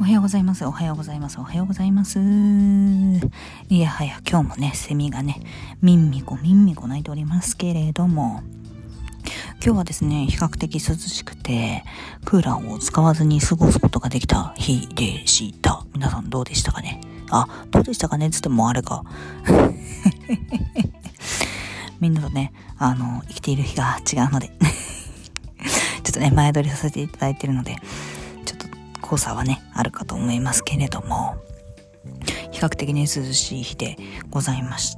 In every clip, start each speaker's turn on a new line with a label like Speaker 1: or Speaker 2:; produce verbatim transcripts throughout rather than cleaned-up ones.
Speaker 1: おはようございます。おはようございます。おはようございます。いやはや、今日もね、セミがね、みんみこみんみこ鳴いておりますけれども、今日はですね、比較的涼しくて、クーラーを使わずに過ごすことができた日でした。皆さんどうでしたかね。あ、どうでしたかねつってもあれか。みんなとね、あの、生きている日が違うので、ちょっとね、前撮りさせていただいているので、ちょっと誤差はね、あるかと思いますけれども、比較的ね、涼しい日でございました。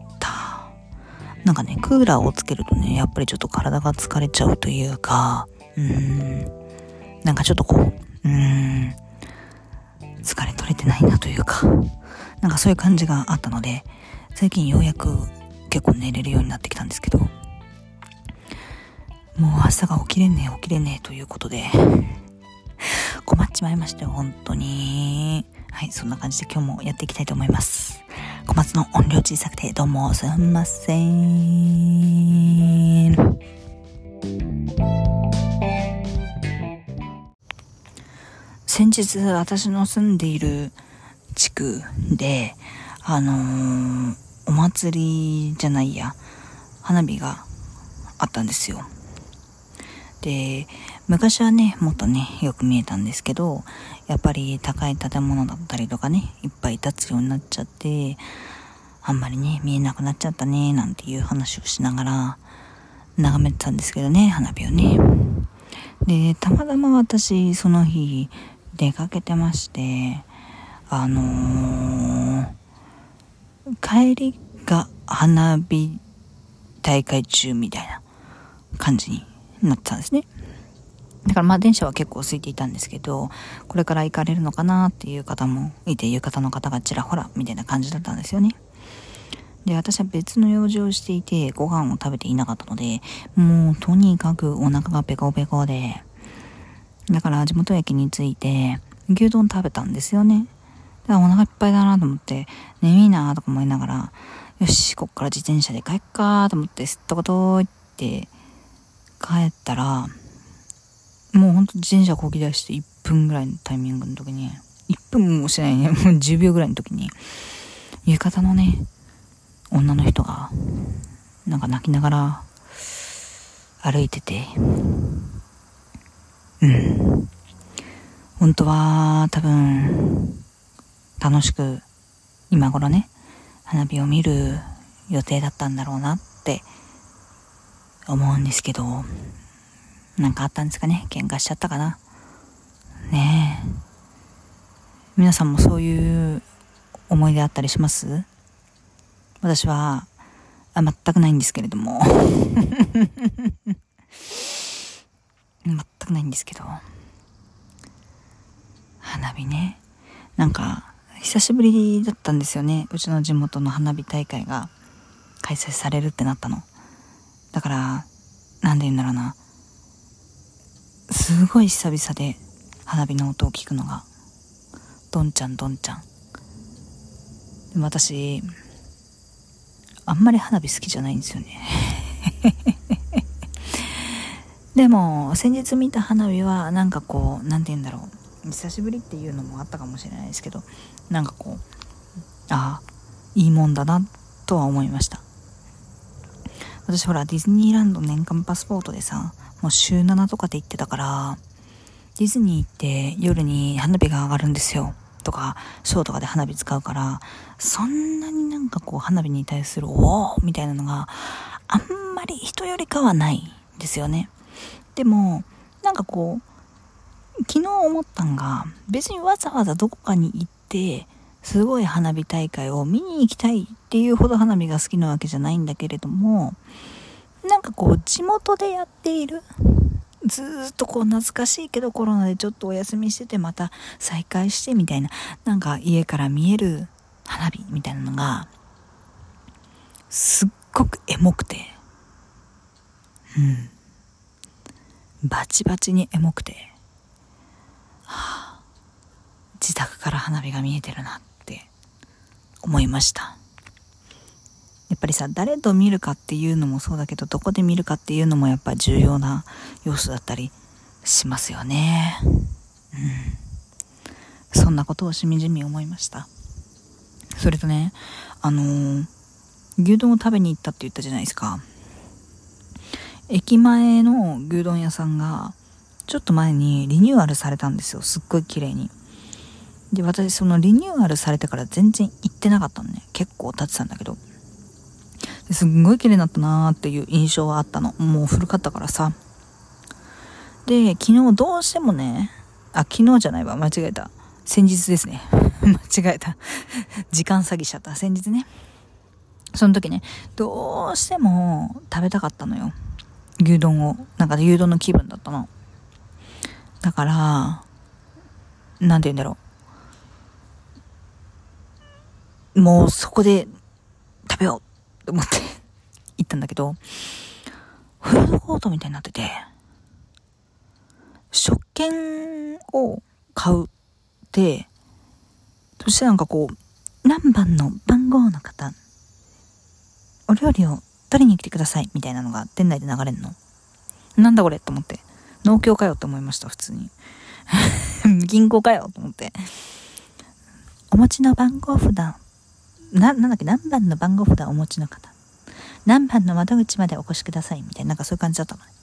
Speaker 1: なんかね、クーラーをつけるとね、やっぱりちょっと体が疲れちゃうというか、うーん、なんかちょっとこう、うーん、疲れ取れてないなというか、なんかそういう感じがあったので、最近ようやく結構寝れるようになってきたんですけど、もう朝が起きれねえ起きれねえということで困っちまいましたよ、本当に。はい、そんな感じで今日もやっていきたいと思います。小松の音量小さくてどうもすんません。先日私の住んでいる地区であのー、お祭りじゃないや花火があったんですよ。で、昔はね、もっとね、よく見えたんですけど、やっぱり高い建物だったりとかね、いっぱい建つようになっちゃって、あんまりね、見えなくなっちゃったね、なんていう話をしながら、眺めてたんですけどね、花火をね。で、たまたま私、その日、出かけてまして、あのー、帰りが花火大会中みたいな感じになってたんですね。だからまあ電車は結構空いていたんですけど、これから行かれるのかなっていう方もいて、浴衣の方がちらほらみたいな感じだったんですよね。で、私は別の用事をしていてご飯を食べていなかったので、もうとにかくお腹がペコペコで、だから地元駅に着いて牛丼食べたんですよね。だからお腹いっぱいだなと思って、眠いなとか思いながら、よしこっから自転車で帰っかと思ってすっとことって帰ったら、もうほんと自転車こぎ出していっぷんぐらいのタイミングの時に、いっぷんもしないね、もうじゅうびょうぐらいの時に、浴衣のね、女の人が、なんか泣きながら歩いてて、うん。本当は多分、楽しく、今頃ね、花火を見る予定だったんだろうなって思うんですけど、なんかあったんですかね。喧嘩しちゃったかな。ねえ。皆さんもそういう思い出あったりします？私はあ全くないんですけれども全くないんですけど、花火ね、なんか久しぶりだったんですよね。うちの地元の花火大会が開催されるってなったの。だからなんで言うんだろうな、すごい久々で花火の音を聞くのが、どんちゃんどんちゃん。でも私あんまり花火好きじゃないんですよねでも先日見た花火はなんかこう、なんて言うんだろう、久しぶりっていうのもあったかもしれないですけど、なんかこう、ああいいもんだなとは思いました。私ほらディズニーランド年間パスポートでさ、もう週ななとかで行ってたから、ディズニー行って夜に花火が上がるんですよとか、ショーとかで花火使うから、そんなになんかこう花火に対するおーみたいなのがあんまり人よりかはないんですよね。でもなんかこう昨日思ったんが、別にわざわざどこかに行ってすごい花火大会を見に行きたいっていうほど花火が好きなわけじゃないんだけれども、なんかこう地元でやっている、ずーっとこう懐かしいけどコロナでちょっとお休みしててまた再開してみたいな、なんか家から見える花火みたいなのがすっごくエモくて、うんバチバチにエモくて、はあ、自宅から花火が見えてるなって思いました。やっぱりさ、誰と見るかっていうのもそうだけど、どこで見るかっていうのもやっぱ重要な要素だったりしますよね。うん。 そんなことをしみじみ思いました。それとね、あのー、牛丼を食べに行ったって言ったじゃないですか。駅前の牛丼屋さんがちょっと前にリニューアルされたんですよ。すっごい綺麗に。で、私そのリニューアルされてから全然行ってなかったのね。結構経ってたんだけど、すっごい綺麗になったなーっていう印象はあったの。もう古かったからさ。で、昨日どうしてもね、あ、昨日じゃないわ、間違えた。先日ですね。間違えた。時間詐欺しちゃった。先日ね。その時ね、どうしても食べたかったのよ。牛丼を。なんか牛丼の気分だったの。だから、なんて言うんだろう。もうそこで食べようと思って行ったんだけど、フードコートみたいになってて、食券を買うって、そしてなんかこう、何番の番号の方、お料理を取りに来てくださいみたいなのが店内で流れんの。なんだこれと思って。農協かよって思いました、普通に。銀行かよと思って。お持ちの番号札、な、なんだっけ、何番の番号札をお持ちの方。何番の窓口までお越しくださいみたいな、なんかそういう感じだったのね。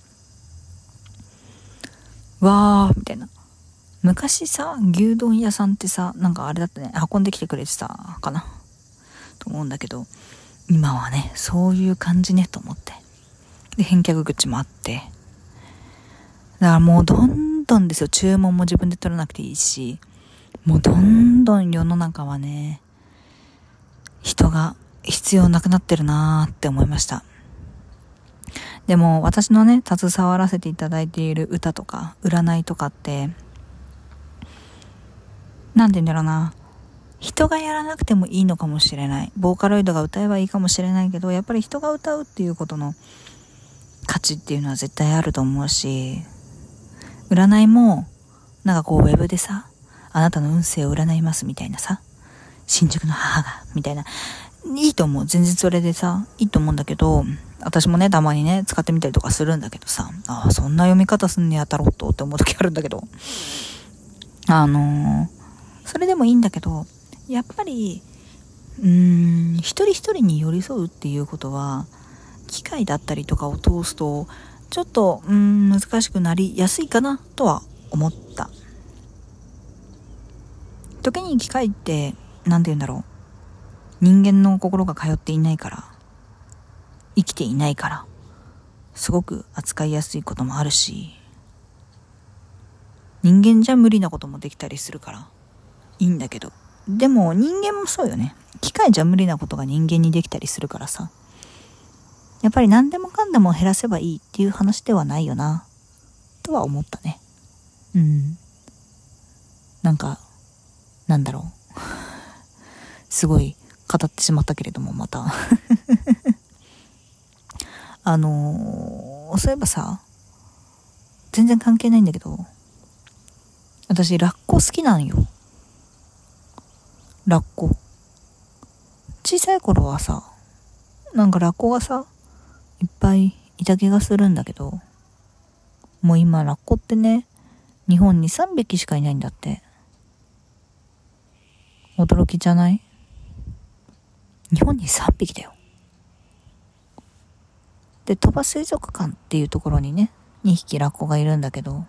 Speaker 1: わーみたいな。昔さ、牛丼屋さんってさ、なんかあれだったね、運んできてくれてたかなと思うんだけど、今はね、そういう感じねと思って。で、返却口もあって。だからもうどんどんですよ、注文も自分で取らなくていいし、もうどんどん世の中はね、人が必要なくなってるなーって思いました。でも私のね、携わらせていただいている歌とか占いとかって、なんて言うんだろうな、人がやらなくてもいいのかもしれない、ボーカロイドが歌えばいいかもしれないけど、やっぱり人が歌うっていうことの価値っていうのは絶対あると思うし、占いもなんかこうウェブでさ、あなたの運勢を占いますみたいなさ、新宿の母がみたいな、いいと思う。全然それでさ、いいと思うんだけど、私もね、たまにね、使ってみたりとかするんだけどさ、ああ、そんな読み方すんねやタロットって思う時あるんだけど、あのー、それでもいいんだけど、やっぱり、うーん、一人一人に寄り添うっていうことは、機械だったりとかを通すと、ちょっと、うーん、難しくなりやすいかなとは思った。時に機械って、なんて言うんだろう。人間の心が通っていないから、生きていないから、すごく扱いやすいこともあるし、人間じゃ無理なこともできたりするから、いいんだけど。でも人間もそうよね。機械じゃ無理なことが人間にできたりするからさ。やっぱり何でもかんでも減らせばいいっていう話ではないよな、とは思ったね。うん。なんか、なんだろう。すごい語ってしまったけれども、また。あのー、そういえばさ、全然関係ないんだけど、私、ラッコ好きなんよ。ラッコ。小さい頃はさ、なんかラッコがさ、いっぱいいた気がするんだけど、もう今ラッコってね、日本にさんびきしかいないんだって。驚きじゃない？日本にさんびきだよ。で、鳥羽水族館っていうところにね、にひきラッコがいるんだけど、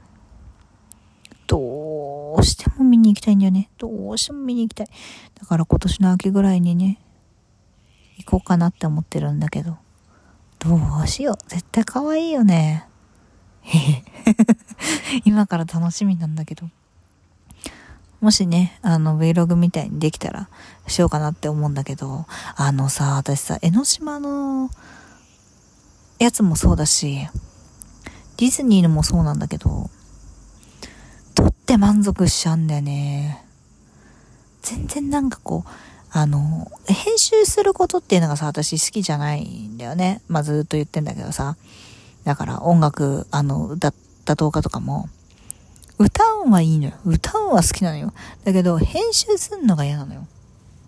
Speaker 1: どうしても見に行きたいんだよね。どうしても見に行きたい。だから今年の秋ぐらいにね、行こうかなって思ってるんだけど、どうしよう。絶対可愛いよね。へへ。今から楽しみなんだけど。もしね、あの Vlog みたいにできたらしようかなって思うんだけど、あのさ、私さ、江ノ島のやつもそうだし、ディズニーのもそうなんだけど、撮って満足しちゃうんだよね。全然なんかこう、あの、編集することっていうのがさ、私好きじゃないんだよね。まあずっと言ってんだけどさ。だから音楽、あの、歌った動画とかも、歌うんはいいのよ。歌うんは好きなのよ。だけど、編集すんのが嫌なのよ。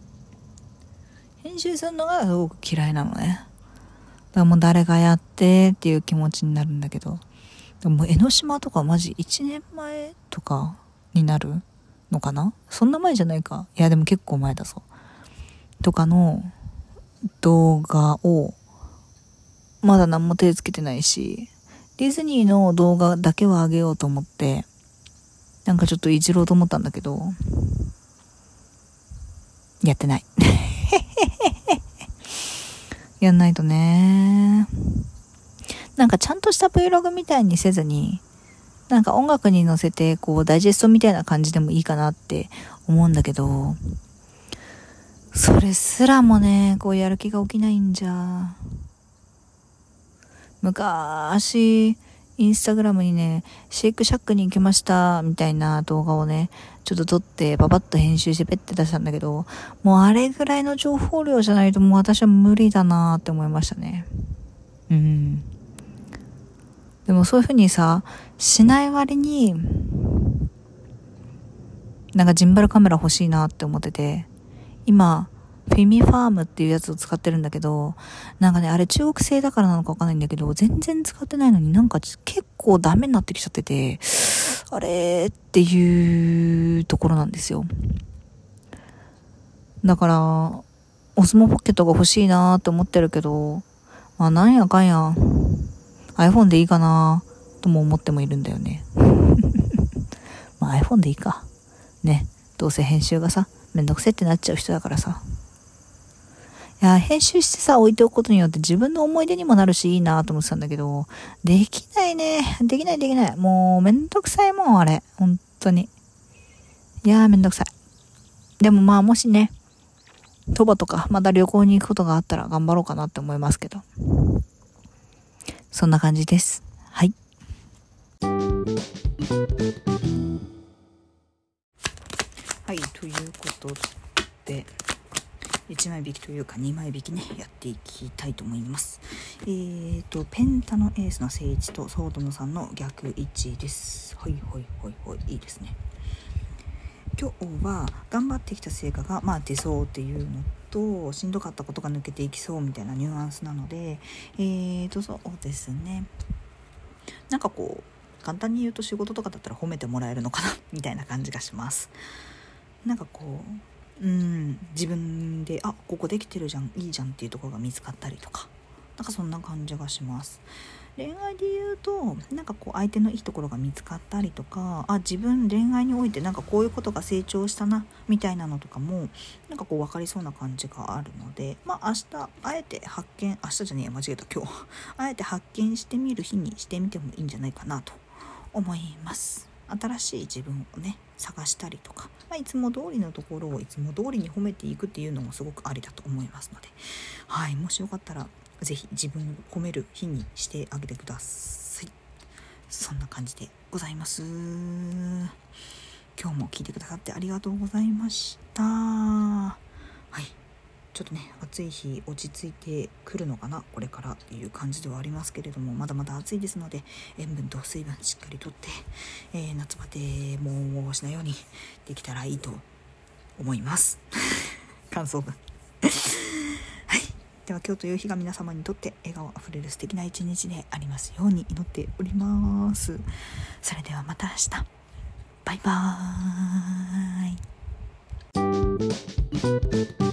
Speaker 1: 編集すんのがすごく嫌いなのね。だからもう誰がやってっていう気持ちになるんだけど。でも江ノ島とかマジいちねんまえとかになるのかな、そんな前じゃないか、いやでも結構前だぞとかの動画をまだ何も手つけてないし、ディズニーの動画だけは上げようと思ってなんかちょっといじろうと思ったんだけどやってないやんないとね。なんかちゃんとした Vlog みたいにせずに、なんか音楽に乗せてこうダイジェストみたいな感じでもいいかなって思うんだけど、それすらもねこうやる気が起きないんじゃ。昔インスタグラムにねシェイクシャックに行きましたみたいな動画をねちょっと撮ってババッと編集してペッて出したんだけど、もうあれぐらいの情報量じゃないともう私は無理だなって思いましたね。うん。でもそういう風にさしない割になんかジンバルカメラ欲しいなって思ってて、今フィミファームっていうやつを使ってるんだけど、なんかねあれ中国製だからなのかわかんないんだけど全然使ってないのになんか結構ダメになってきちゃってて、あれっていうところなんですよ。だからオスモポケットが欲しいなって思ってるけど、まあなんやかんや iPhone でいいかなとも思ってもいるんだよねまあ iPhone でいいかね、どうせ編集がさめんどくせってなっちゃう人だからさ。いや編集してさ置いておくことによって自分の思い出にもなるしいいなと思ってたんだけど、できないね、できないできない、もうめんどくさいもんあれ本当に。いやーめんどくさい。でもまあもしね鳥羽とかまた旅行に行くことがあったら頑張ろうかなって思いますけど、そんな感じです。はい。はい、ということでいちまい引きというかにまい引きねやっていきたいと思います。えーとペンタのエースの正位置とソードのさんの逆位置です。はいはいはいはいいいですね。今日は頑張ってきた成果がまあ出そうっていうのと、しんどかったことが抜けていきそうみたいなニュアンスなので、えーとそうですね、なんかこう簡単に言うと仕事とかだったら褒めてもらえるのかなみたいな感じがします。なんかこううん自分であここできてるじゃんいいじゃんっていうところが見つかったりとか、なんかそんな感じがします。恋愛で言うとなんかこう相手のいいところが見つかったりとか、あ自分恋愛においてなんかこういうことが成長したなみたいなのとかもなんかこう分かりそうな感じがあるので、まあ明日あえて発見明日じゃねえ間違えた今日あえて発見してみる日にしてみてもいいんじゃないかなと思います。新しい自分をね探したりとか、まあ、いつも通りのところをいつも通りに褒めていくっていうのもすごくありだと思いますので、はい、もしよかったらぜひ自分を褒める日にしてあげてください。そんな感じでございます。今日も聞いてくださってありがとうございました。はい、ちょっとね暑い日落ち着いてくるのかなこれからっていう感じではありますけれども、まだまだ暑いですので塩分と水分しっかりとって、えー、夏バテもしないようにできたらいいと思います感想文はい、では今日という日が皆様にとって笑顔あふれる素敵な一日でありますように祈っております。それではまた明日、バイバーイ。